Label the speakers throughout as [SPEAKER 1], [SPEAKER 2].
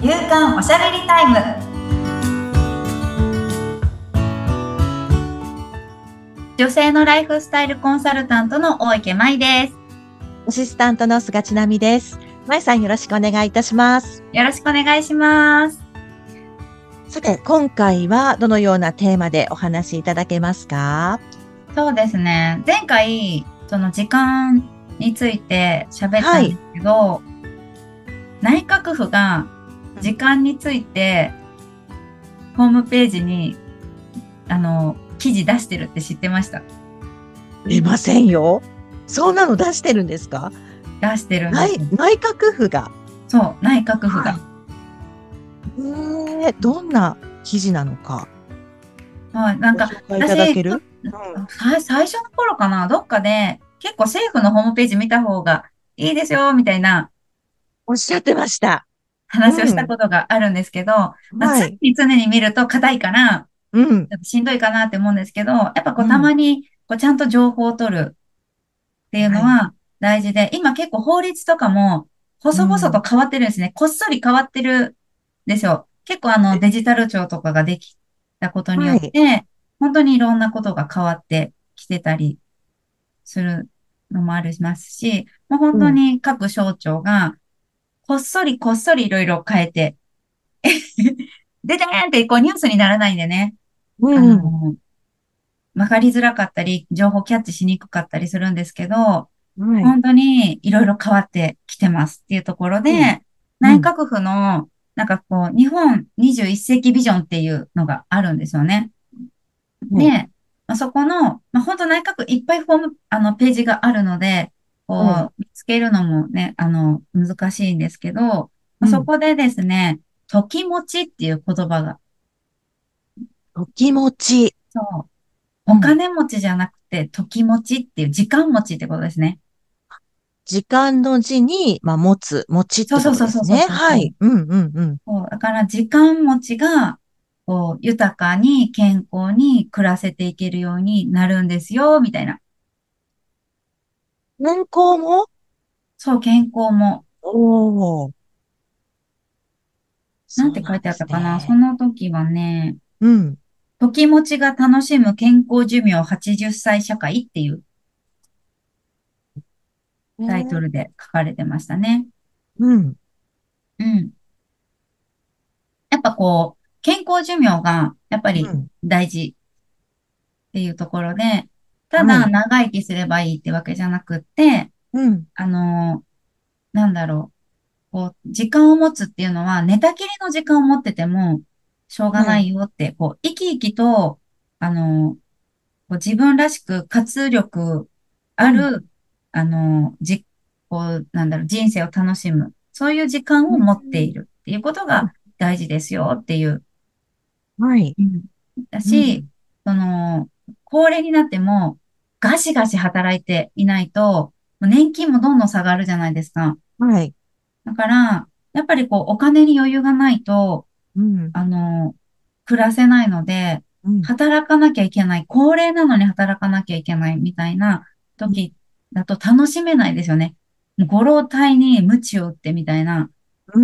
[SPEAKER 1] 夕刊おしゃべりタイム。女性のライフスタイルコンサルタントの大池舞です。
[SPEAKER 2] アシスタントの菅千奈美です。まいさん、よろしくお願いいたします。
[SPEAKER 1] よろしくお願いします。
[SPEAKER 2] さて、今回はどのようなテーマでお話しいただけますか？
[SPEAKER 1] そうですね。前回、その時間について喋った
[SPEAKER 2] はい。
[SPEAKER 1] んですけど、内閣府が時間についてホームページに、記事出してるって知ってました？
[SPEAKER 2] 出ませんよ。そんなの出してるんですか？
[SPEAKER 1] 出してるんですよ。
[SPEAKER 2] 内閣府が。
[SPEAKER 1] そう、内閣府が。
[SPEAKER 2] はい。どんな記事なのか、
[SPEAKER 1] はい、なんか、
[SPEAKER 2] ご紹介いただ
[SPEAKER 1] 私、
[SPEAKER 2] ける？
[SPEAKER 1] 最初の頃かな、どっかで、結構政府のホームページ見た方がいいですよ、みたいな
[SPEAKER 2] おっしゃってました。
[SPEAKER 1] 話をした
[SPEAKER 2] うん。
[SPEAKER 1] ことがあるんですけど、まあ、
[SPEAKER 2] はい。
[SPEAKER 1] 常に見ると硬いから、
[SPEAKER 2] うん。
[SPEAKER 1] ちょっとしんどいかなって思うんですけど、やっぱこう、た
[SPEAKER 2] うん。
[SPEAKER 1] まに、こう、ちゃんと情報を取るっていう
[SPEAKER 2] はい。
[SPEAKER 1] のは大事で、今結構法律とかも、細々と
[SPEAKER 2] うん。
[SPEAKER 1] 変わってるんですね。こっそり変わってるんですよ。結構デジタル庁とかができたことによ
[SPEAKER 2] はい。
[SPEAKER 1] って、本当にいろんなことが変わってきてたりするのもありますし、もう本当
[SPEAKER 2] うん。
[SPEAKER 1] に各省庁がこっそりこっそりいろいろ変えて、ででーんってこうニュースにならないんでね、あ
[SPEAKER 2] うん。
[SPEAKER 1] の、わかりづらかったり、情報キャッチしにくかったりするんですけど、
[SPEAKER 2] はい。
[SPEAKER 1] 本当にいろいろ変わってきてますっていうところで、
[SPEAKER 2] うん。うん。
[SPEAKER 1] 内閣府の、なんかこう、日本21世紀ビジョンっていうのがあるんですよね。で、
[SPEAKER 2] はい。
[SPEAKER 1] そこの、本当内閣いっぱいフォーム、ページがあるので、
[SPEAKER 2] はい。
[SPEAKER 1] こう、見つけるのもね、難しいんですけど、
[SPEAKER 2] うん。
[SPEAKER 1] そこでですね、時持ちっていう言葉が、
[SPEAKER 2] お気持ち。
[SPEAKER 1] そう、
[SPEAKER 2] うん。
[SPEAKER 1] お金持ちじゃなくて、時持ちっていう時間持ちってことですね。
[SPEAKER 2] 時間の字に、持ちってこ
[SPEAKER 1] そうそう
[SPEAKER 2] とですね。
[SPEAKER 1] そうそうそうそう
[SPEAKER 2] はい。
[SPEAKER 1] そう。
[SPEAKER 2] うん、うん、うん。
[SPEAKER 1] そうだから時間持ちが、こう、豊かに健康に暮らせていけるようになるんですよ、みたいな。
[SPEAKER 2] 健康も。
[SPEAKER 1] そう、健康も。
[SPEAKER 2] おー、
[SPEAKER 1] なんて書いてあっ
[SPEAKER 2] そうなんです
[SPEAKER 1] たかな、そ
[SPEAKER 2] ね。
[SPEAKER 1] の時はね、
[SPEAKER 2] うん。
[SPEAKER 1] 時持ちが楽しむ健康寿命80歳社会っていうタイトルで書かれてましたね。
[SPEAKER 2] うん。
[SPEAKER 1] うん。やっぱこう、健康寿命がやっぱり
[SPEAKER 2] うん。
[SPEAKER 1] 大事っていうところで、ただ
[SPEAKER 2] はい。
[SPEAKER 1] 長生きすればいいってわけじゃなくって、
[SPEAKER 2] うん。
[SPEAKER 1] あの、なんだろう、こう、時間を持つっていうのは寝たきりの時間を持っててもしょうが
[SPEAKER 2] はい。
[SPEAKER 1] ないよって、こう、生き生きと、あの、こう自分らしく活力
[SPEAKER 2] うん。
[SPEAKER 1] ある、こう、人生を楽しむ。そういう時間
[SPEAKER 2] う
[SPEAKER 1] を持って
[SPEAKER 2] ん。
[SPEAKER 1] いるっていうことが大事ですよっていう。
[SPEAKER 2] はい。
[SPEAKER 1] うん。だし、
[SPEAKER 2] うん。
[SPEAKER 1] その、高齢になってもガシガシ働いていないと、もう年金もどんどん下がるじゃないですか。
[SPEAKER 2] はい。
[SPEAKER 1] だから、やっぱりこう、お金に余裕がないと、
[SPEAKER 2] うん。
[SPEAKER 1] あの、暮らせないので、
[SPEAKER 2] うん。
[SPEAKER 1] 働かなきゃいけない。高齢なのに働かなきゃいけないみたいな時だと楽しめないですよね。もうご老体に鞭を打ってみたいな。
[SPEAKER 2] うん。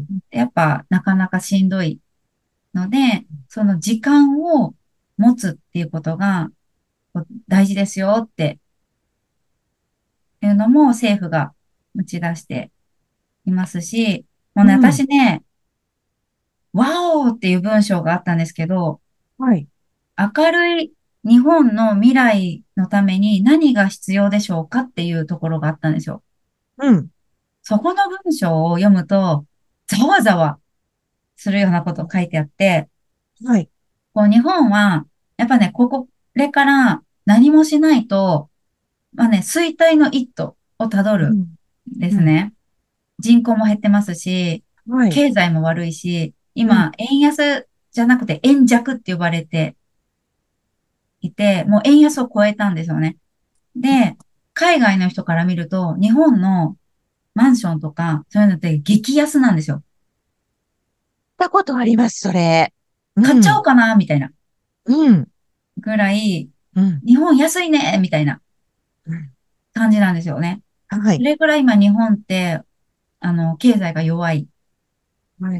[SPEAKER 1] やっぱなかなかしんどいので、その時間を持つっていうことがこう大事ですよっていうのも政府が打ち出していますし、もうね、
[SPEAKER 2] うん。
[SPEAKER 1] 私ね、ワオーっていう文章があったんですけど、
[SPEAKER 2] はい。
[SPEAKER 1] 明るい日本の未来のために何が必要でしょうかっていうところがあったんですよ。
[SPEAKER 2] うん。
[SPEAKER 1] そこの文章を読むと、ざわざわするようなこと書いてあって、
[SPEAKER 2] はい。
[SPEAKER 1] こう日本は、やっぱね、これから何もしないと、衰退の一途をたどる
[SPEAKER 2] うん。
[SPEAKER 1] んで
[SPEAKER 2] うん。
[SPEAKER 1] すね。人口も減ってますし、
[SPEAKER 2] はい。
[SPEAKER 1] 経済も悪いし、
[SPEAKER 2] うん。
[SPEAKER 1] 今、円安じゃなくて円弱って呼ばれていて、もう円安を超えたんですよね。で、海外の人から見ると、日本のマンションとか、そういうのって激安なんですよ。
[SPEAKER 2] たことあります、それ。
[SPEAKER 1] 買っちゃおう
[SPEAKER 2] うん。
[SPEAKER 1] かな、みたいな
[SPEAKER 2] うん。
[SPEAKER 1] ぐらい、
[SPEAKER 2] うん。
[SPEAKER 1] 日本安いね、みたいな
[SPEAKER 2] うん。
[SPEAKER 1] 感じなんですよね。
[SPEAKER 2] はい。
[SPEAKER 1] それぐらい今日本って、経済が弱い。
[SPEAKER 2] はい。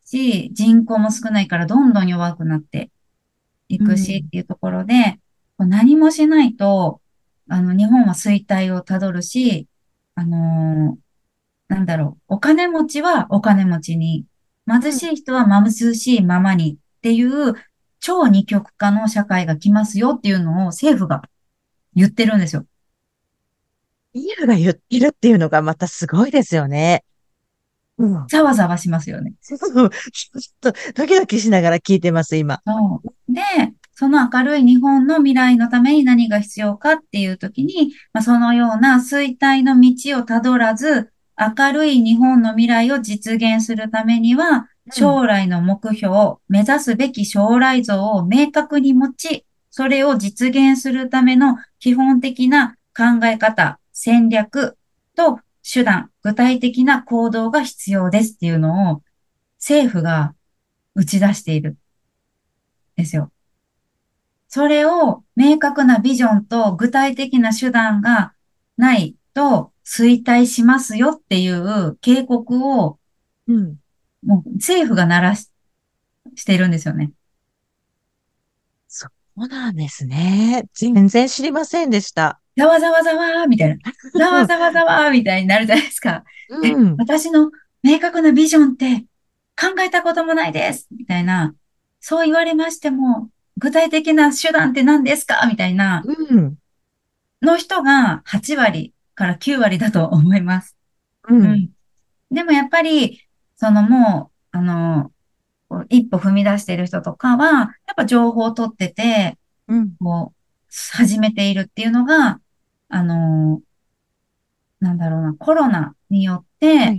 [SPEAKER 1] し、人口も少ないからどんどん弱くなっていくしっ
[SPEAKER 2] うん。
[SPEAKER 1] ていうところで、こう何もしないと、日本は衰退をたどるし、あのお金持ちはお金持ちに、貧し
[SPEAKER 2] うん。
[SPEAKER 1] い人は貧しいままにっていう超二極化の社会が来ますよっていうのを政府が言ってるんですよ。
[SPEAKER 2] ビールが言ってるっていうのがまたすごいですよね。うん。
[SPEAKER 1] ざわざわしますよね。
[SPEAKER 2] ちょっとドキドキしながら聞いてます、今。
[SPEAKER 1] そう。で、その明るい日本の未来のために何が必要かっていうときに、そのような衰退の道をたどらず、明るい日本の未来を実現するためには、
[SPEAKER 2] うん。
[SPEAKER 1] 将来の目標、目指すべき将来像を明確に持ち、それを実現するための基本的な考え方、戦略と手段、具体的な行動が必要ですっていうのを政府が打ち出しているんですよ。それを明確なビジョンと具体的な手段がないと衰退しますよっていう警告を
[SPEAKER 2] うん。
[SPEAKER 1] もう政府がしているんですよね。
[SPEAKER 2] そうなんですね。全然知りませんでした。
[SPEAKER 1] ざわざわざわーみたいな。ざわざわざわーみたいになるじゃないですか。
[SPEAKER 2] うん。
[SPEAKER 1] 私の明確なビジョンって考えたこともないですみたいな。そう言われましても、具体的な手段って何ですかみたいな
[SPEAKER 2] うん。
[SPEAKER 1] の人が8割から9割だと思います。
[SPEAKER 2] うん。
[SPEAKER 1] うん。でもやっぱり、そのもう、こう一歩踏み出している人とかは、やっぱ情報を取ってて、
[SPEAKER 2] うん。
[SPEAKER 1] こう、始めているっていうのが、あの、コロナによって、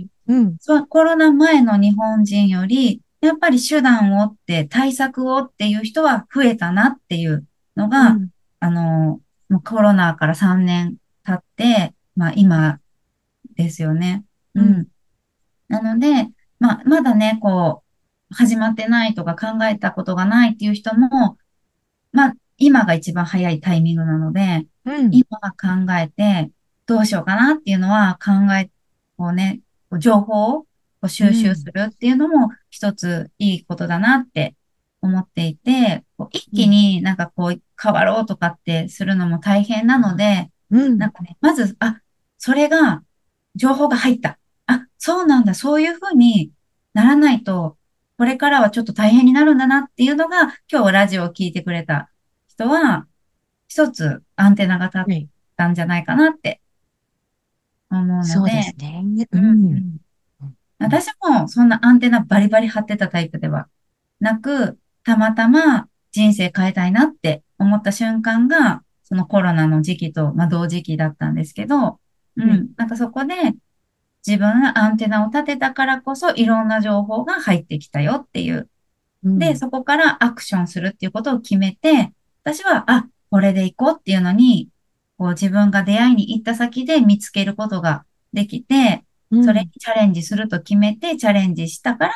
[SPEAKER 2] はい。うん。
[SPEAKER 1] そう、コロナ前の日本人より、やっぱり手段をって、対策をっていう人は増えたなっていうのが、
[SPEAKER 2] うん。
[SPEAKER 1] もうコロナから3年経って、今ですよね。
[SPEAKER 2] うん。
[SPEAKER 1] うん。なので、まだね、こう、始まってないとか考えたことがないっていう人も、今が一番早いタイミングなので、
[SPEAKER 2] うん。
[SPEAKER 1] 今考えて、どうしようかなっていうのはこうね、こう情報をこう収集す
[SPEAKER 2] うん。
[SPEAKER 1] るっていうのも一ついいことだなって思っていて、こう一
[SPEAKER 2] うん。
[SPEAKER 1] 気にこう変わろうとかってするのも大変なので、
[SPEAKER 2] うん。
[SPEAKER 1] まず、それが、情報が入った。そうなんだ。そういうふうにならないと、これからはちょっと大変になるんだなっていうのが、今日ラジオを聞いてくれた人は、一つアンテナが立っ
[SPEAKER 2] はい。
[SPEAKER 1] たんじゃないかなって思うの
[SPEAKER 2] そうで
[SPEAKER 1] で、
[SPEAKER 2] すね。う
[SPEAKER 1] うんう
[SPEAKER 2] ん。
[SPEAKER 1] ん。
[SPEAKER 2] うん。
[SPEAKER 1] 私もそんなアンテナバリバリ張ってたタイプではなく、たまたま人生変えたいなって思った瞬間が、そのコロナの時期と、同時期だったんですけど、
[SPEAKER 2] はい。
[SPEAKER 1] そこで自分がアンテナを立てたからこそいろんな情報が入ってきたよっていう。で、
[SPEAKER 2] うん。
[SPEAKER 1] そこからアクションするっていうことを決めて、私は、これで行こうっていうのに、こう自分が出会いに行った先で見つけることができて、それに
[SPEAKER 2] うん。
[SPEAKER 1] チャレンジすると決めてチャレンジしたから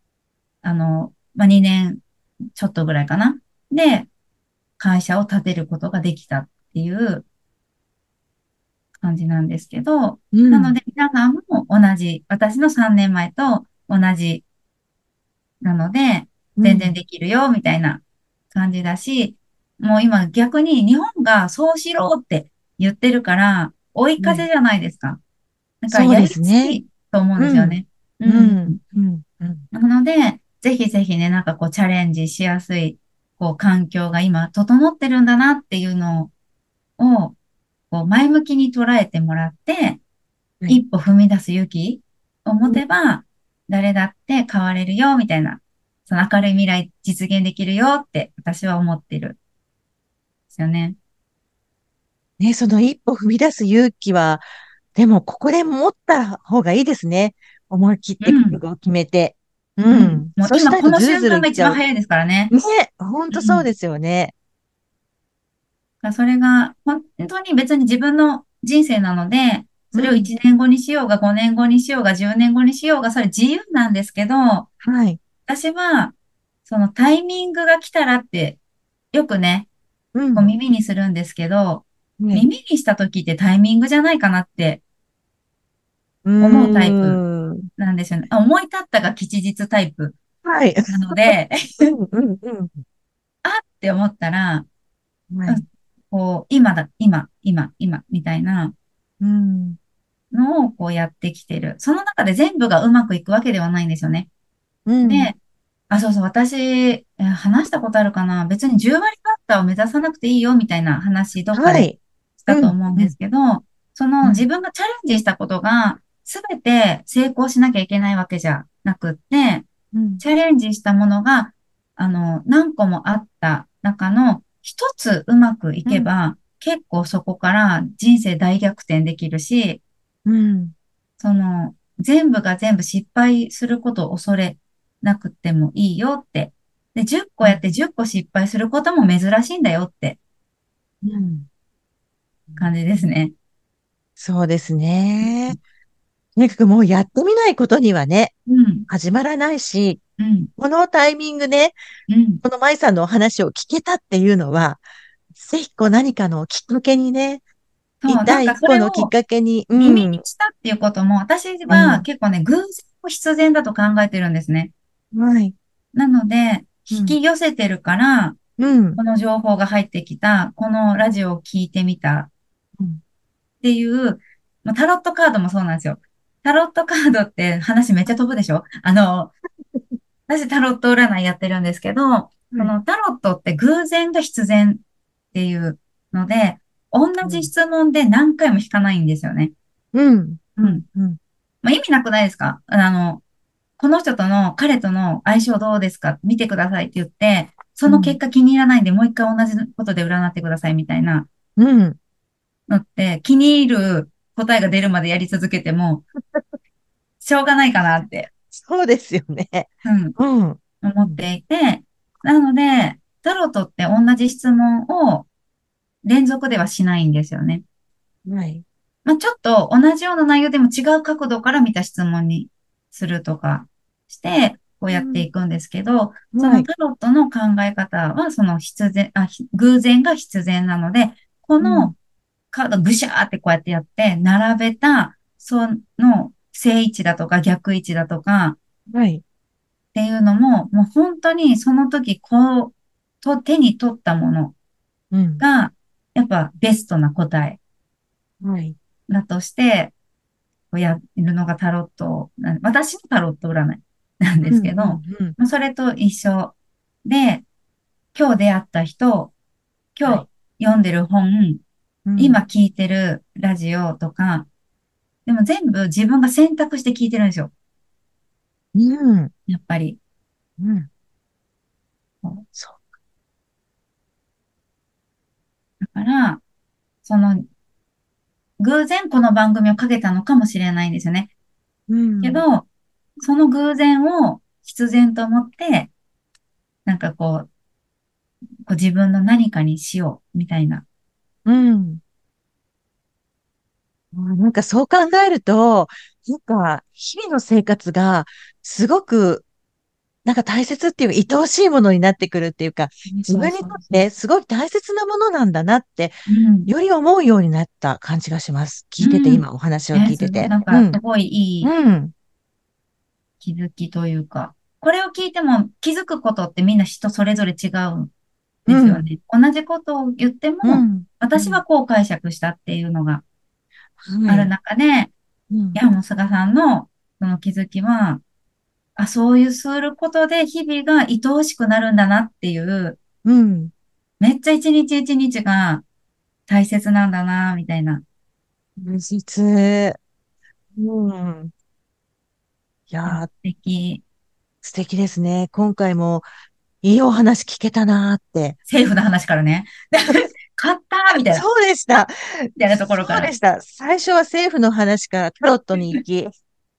[SPEAKER 1] 、2年ちょっとぐらいかな。で、会社を立てることができたっていう感じなんですけど、
[SPEAKER 2] うん。
[SPEAKER 1] なので皆さんも私の3年前と同じなので、全然
[SPEAKER 2] うん。
[SPEAKER 1] できるよ、みたいな感じだし、もう今逆に日本がそうしろって言ってるから、追い
[SPEAKER 2] はい。
[SPEAKER 1] 風じゃないですか。だから
[SPEAKER 2] そう
[SPEAKER 1] やりや
[SPEAKER 2] ですね。
[SPEAKER 1] すいと思うんです
[SPEAKER 2] うん。
[SPEAKER 1] よね。う
[SPEAKER 2] う
[SPEAKER 1] ん。
[SPEAKER 2] ん。うん。うん。
[SPEAKER 1] なので、ぜひぜひね、こうチャレンジしやすい、こう環境が今整ってるんだなっていうのを、こう前向きに捉えてもらって、
[SPEAKER 2] はい。
[SPEAKER 1] 一歩踏み出す勇気を持てば、誰だって変われるよ、みたいな、その明るい未来実現できるよって私は思ってるんですよね。
[SPEAKER 2] ね、その一歩踏み出す勇気は、でもここで持った方がいいですね。思い切って覚
[SPEAKER 1] うん。
[SPEAKER 2] 悟を決めて。
[SPEAKER 1] うん。
[SPEAKER 2] うん。
[SPEAKER 1] もう
[SPEAKER 2] そうしない
[SPEAKER 1] 今この
[SPEAKER 2] とずるずる
[SPEAKER 1] 瞬間が一
[SPEAKER 2] いっちゃう。
[SPEAKER 1] 番早いですからね。
[SPEAKER 2] ね、ほん
[SPEAKER 1] うん。
[SPEAKER 2] とそうですよね。
[SPEAKER 1] それが本当に別に自分の人生なので、それを
[SPEAKER 2] うん。
[SPEAKER 1] 1年後にしようが5年後にしようが10年後にしようが、それ自由なんですけど、
[SPEAKER 2] はい。
[SPEAKER 1] 私はそのタイミングが来たらってよくね、こう
[SPEAKER 2] うん。
[SPEAKER 1] 耳にするんですけど、
[SPEAKER 2] はい。
[SPEAKER 1] 耳にした時ってタイミングじゃないかなって
[SPEAKER 2] うー
[SPEAKER 1] 思うタイプ
[SPEAKER 2] ん。
[SPEAKER 1] なんですよね。思い立ったが吉日タイプ
[SPEAKER 2] はい。
[SPEAKER 1] なので、
[SPEAKER 2] うんうんうん。
[SPEAKER 1] って思ったら、
[SPEAKER 2] はい。
[SPEAKER 1] こう、今だ、今、今、今、みたいな
[SPEAKER 2] うん。
[SPEAKER 1] のをこうやってきてる。その中で全部がうまくいくわけではないんですよね。
[SPEAKER 2] うん。
[SPEAKER 1] で、そうそう、私、話したことあるかな。別に10割バッターを目指さなくていいよ、みたいな話、どっかで
[SPEAKER 2] はい。
[SPEAKER 1] した
[SPEAKER 2] うん。
[SPEAKER 1] と思うん
[SPEAKER 2] うん。
[SPEAKER 1] ですけど、その自
[SPEAKER 2] うん。
[SPEAKER 1] 分がチャレンジしたことが、すべて成功しなきゃいけないわけじゃなくって、
[SPEAKER 2] うん。
[SPEAKER 1] チャレンジしたものが、何個もあった中の一つうまくい
[SPEAKER 2] うん。
[SPEAKER 1] けば、結構そこから人生大逆転できるし、
[SPEAKER 2] うん。
[SPEAKER 1] 全部が全部失敗することを恐れなくてもいいよって。で、10個やって10個失敗することも珍しいんだよって
[SPEAKER 2] うん。
[SPEAKER 1] 感じですね。
[SPEAKER 2] そうですね。とにかくもうやってみないことにはね、
[SPEAKER 1] うん、
[SPEAKER 2] 始まらないし、
[SPEAKER 1] うん、
[SPEAKER 2] このタイミングで、
[SPEAKER 1] うん。
[SPEAKER 2] この舞さんのお話を聞けたっていうのは、ぜひこう何かのきっかけにね、
[SPEAKER 1] そう、なんか
[SPEAKER 2] 第一歩のきっ
[SPEAKER 1] それを
[SPEAKER 2] かけに、う
[SPEAKER 1] 耳に
[SPEAKER 2] ん、
[SPEAKER 1] したっていうことも、私
[SPEAKER 2] うん、
[SPEAKER 1] は結構ね、偶然を必然だと考えてるんですね。
[SPEAKER 2] はい、
[SPEAKER 1] なので、引
[SPEAKER 2] うん、
[SPEAKER 1] き寄せてるから、
[SPEAKER 2] うん、
[SPEAKER 1] この情報が入ってきた、このラジオを聞いてみた
[SPEAKER 2] うん、
[SPEAKER 1] っていう、タロットカードもそうなんですよ。タロットカードって話めっちゃ飛ぶでしょ。私タロット占いやってるんですけど、
[SPEAKER 2] はい、
[SPEAKER 1] そのタロットって偶然が必然っていうので、同じ
[SPEAKER 2] うん、
[SPEAKER 1] 質問で何回も引かないんですよね。
[SPEAKER 2] うん、うん、
[SPEAKER 1] うん。
[SPEAKER 2] うん、
[SPEAKER 1] まあ、意味なくないですか？この人との、彼との相性どうですか見てくださいって言って、そ
[SPEAKER 2] うん、
[SPEAKER 1] の結果気に入らないんで、もう一回同じことで占ってくださいみたいな
[SPEAKER 2] うん、
[SPEAKER 1] のって、気に入る答えが出るまでやり続けても、しょうがないかなって、
[SPEAKER 2] そうですよね。
[SPEAKER 1] うん、
[SPEAKER 2] うん、うん、
[SPEAKER 1] 思っていて、なので、タロットって同じ質問を連続ではしないんですよね。
[SPEAKER 2] はい、
[SPEAKER 1] まあ、ちょっと同じような内容でも違う角度から見た質問にするとかして、こうやって
[SPEAKER 2] うん、
[SPEAKER 1] いくんですけど、そ
[SPEAKER 2] はい、
[SPEAKER 1] のタロットの考え方は、その必然、偶然が必然なので、こ
[SPEAKER 2] うん、
[SPEAKER 1] のカードぐしゃーってこうやってやって、並べた、その正位置だとか逆位置だとか
[SPEAKER 2] はい、
[SPEAKER 1] っていうのも、もう本当にその時こう、手に取ったもの
[SPEAKER 2] うん、
[SPEAKER 1] が、やっぱベストな答え
[SPEAKER 2] はい、
[SPEAKER 1] だとして、こうやるのがタロット私のタロット占いなんで
[SPEAKER 2] うん、
[SPEAKER 1] すけど、
[SPEAKER 2] うん、うん、
[SPEAKER 1] まあそれと一緒で、今日出会った人、
[SPEAKER 2] はい、
[SPEAKER 1] 今日読んでる本、
[SPEAKER 2] うん、
[SPEAKER 1] 今聞いてるラジオとか、でも全部自分が選択して聞いてるんですよ。
[SPEAKER 2] うん、
[SPEAKER 1] やっぱり。
[SPEAKER 2] うん、
[SPEAKER 1] そう
[SPEAKER 2] そ
[SPEAKER 1] だから、その、偶然この番組をかけたのかもしれないんですよね。
[SPEAKER 2] う、うん、
[SPEAKER 1] けど、その偶然を必然と思って、なんかこう自分の何かにしよう、みたいな。
[SPEAKER 2] うん。なんかそう考えると、なんか日々の生活がすごくなんか大切っていうか愛おしいものになってくるっていうか、自
[SPEAKER 1] そう
[SPEAKER 2] 分にとっ
[SPEAKER 1] そうそう。
[SPEAKER 2] てすごい大切なものなんだなって、
[SPEAKER 1] うん。
[SPEAKER 2] より思うようになった感じがします。聞いてて、
[SPEAKER 1] うん。
[SPEAKER 2] 今お話を聞いてて。
[SPEAKER 1] なんか、
[SPEAKER 2] うん、
[SPEAKER 1] すごいいい
[SPEAKER 2] うん、
[SPEAKER 1] 気づきというか、これを聞いても気づくことってみんな人それぞれ違うん
[SPEAKER 2] うん、
[SPEAKER 1] ですよね。同じことを言っても、
[SPEAKER 2] うん、うん。
[SPEAKER 1] 私はこう解釈したっていうのがある
[SPEAKER 2] はい。
[SPEAKER 1] 中で、
[SPEAKER 2] うん、
[SPEAKER 1] いや、もう菅さんのその気づきは、そういうすることで日々が愛おしくなるんだなっていう、
[SPEAKER 2] うん。
[SPEAKER 1] めっちゃ一日一日が大切なんだな、みたいな。
[SPEAKER 2] 無実。うん。い
[SPEAKER 1] いや、素
[SPEAKER 2] やー、
[SPEAKER 1] 敵。
[SPEAKER 2] 素敵ですね。今回もいいお話聞けたなーって。
[SPEAKER 1] 政府の話からね。買ったみたいな。
[SPEAKER 2] そうでした。
[SPEAKER 1] みたいなところから。
[SPEAKER 2] そうでした。最初は政府の話からタロットに行き、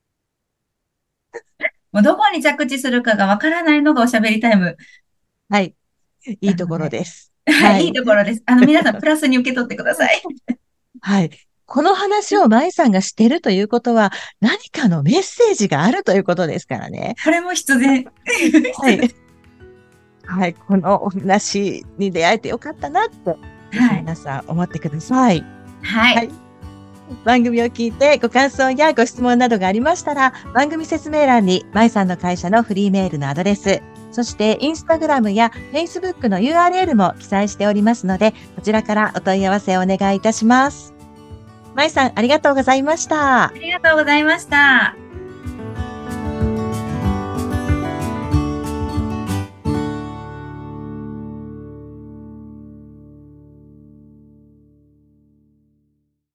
[SPEAKER 1] もうどこに着地するかがわからないのがおしゃべりタイム
[SPEAKER 2] はい。いいところ
[SPEAKER 1] なので、
[SPEAKER 2] です。は
[SPEAKER 1] いい
[SPEAKER 2] い。
[SPEAKER 1] ところです。皆さんプラスに受け取ってください。
[SPEAKER 2] はい。この話を舞さんがしてるということは、何かのメッセージがあるということですからね。
[SPEAKER 1] これも必然。
[SPEAKER 2] はい。
[SPEAKER 1] 必然。
[SPEAKER 2] はい。このお話に出会えてよかったなって、ぜひ
[SPEAKER 1] はい。
[SPEAKER 2] 皆さん思ってください。
[SPEAKER 1] はい。
[SPEAKER 2] はい。 番組を聞いてご感想やご質問などがありましたら、番組説明欄にまいさんの会社のフリーメールのアドレス、そしてインスタグラムやフェイスブックの URL も記載しておりますので、こちらからお問い合わせをお願いいたします。まいさん、ありがとうございました。
[SPEAKER 1] ありがとうございました。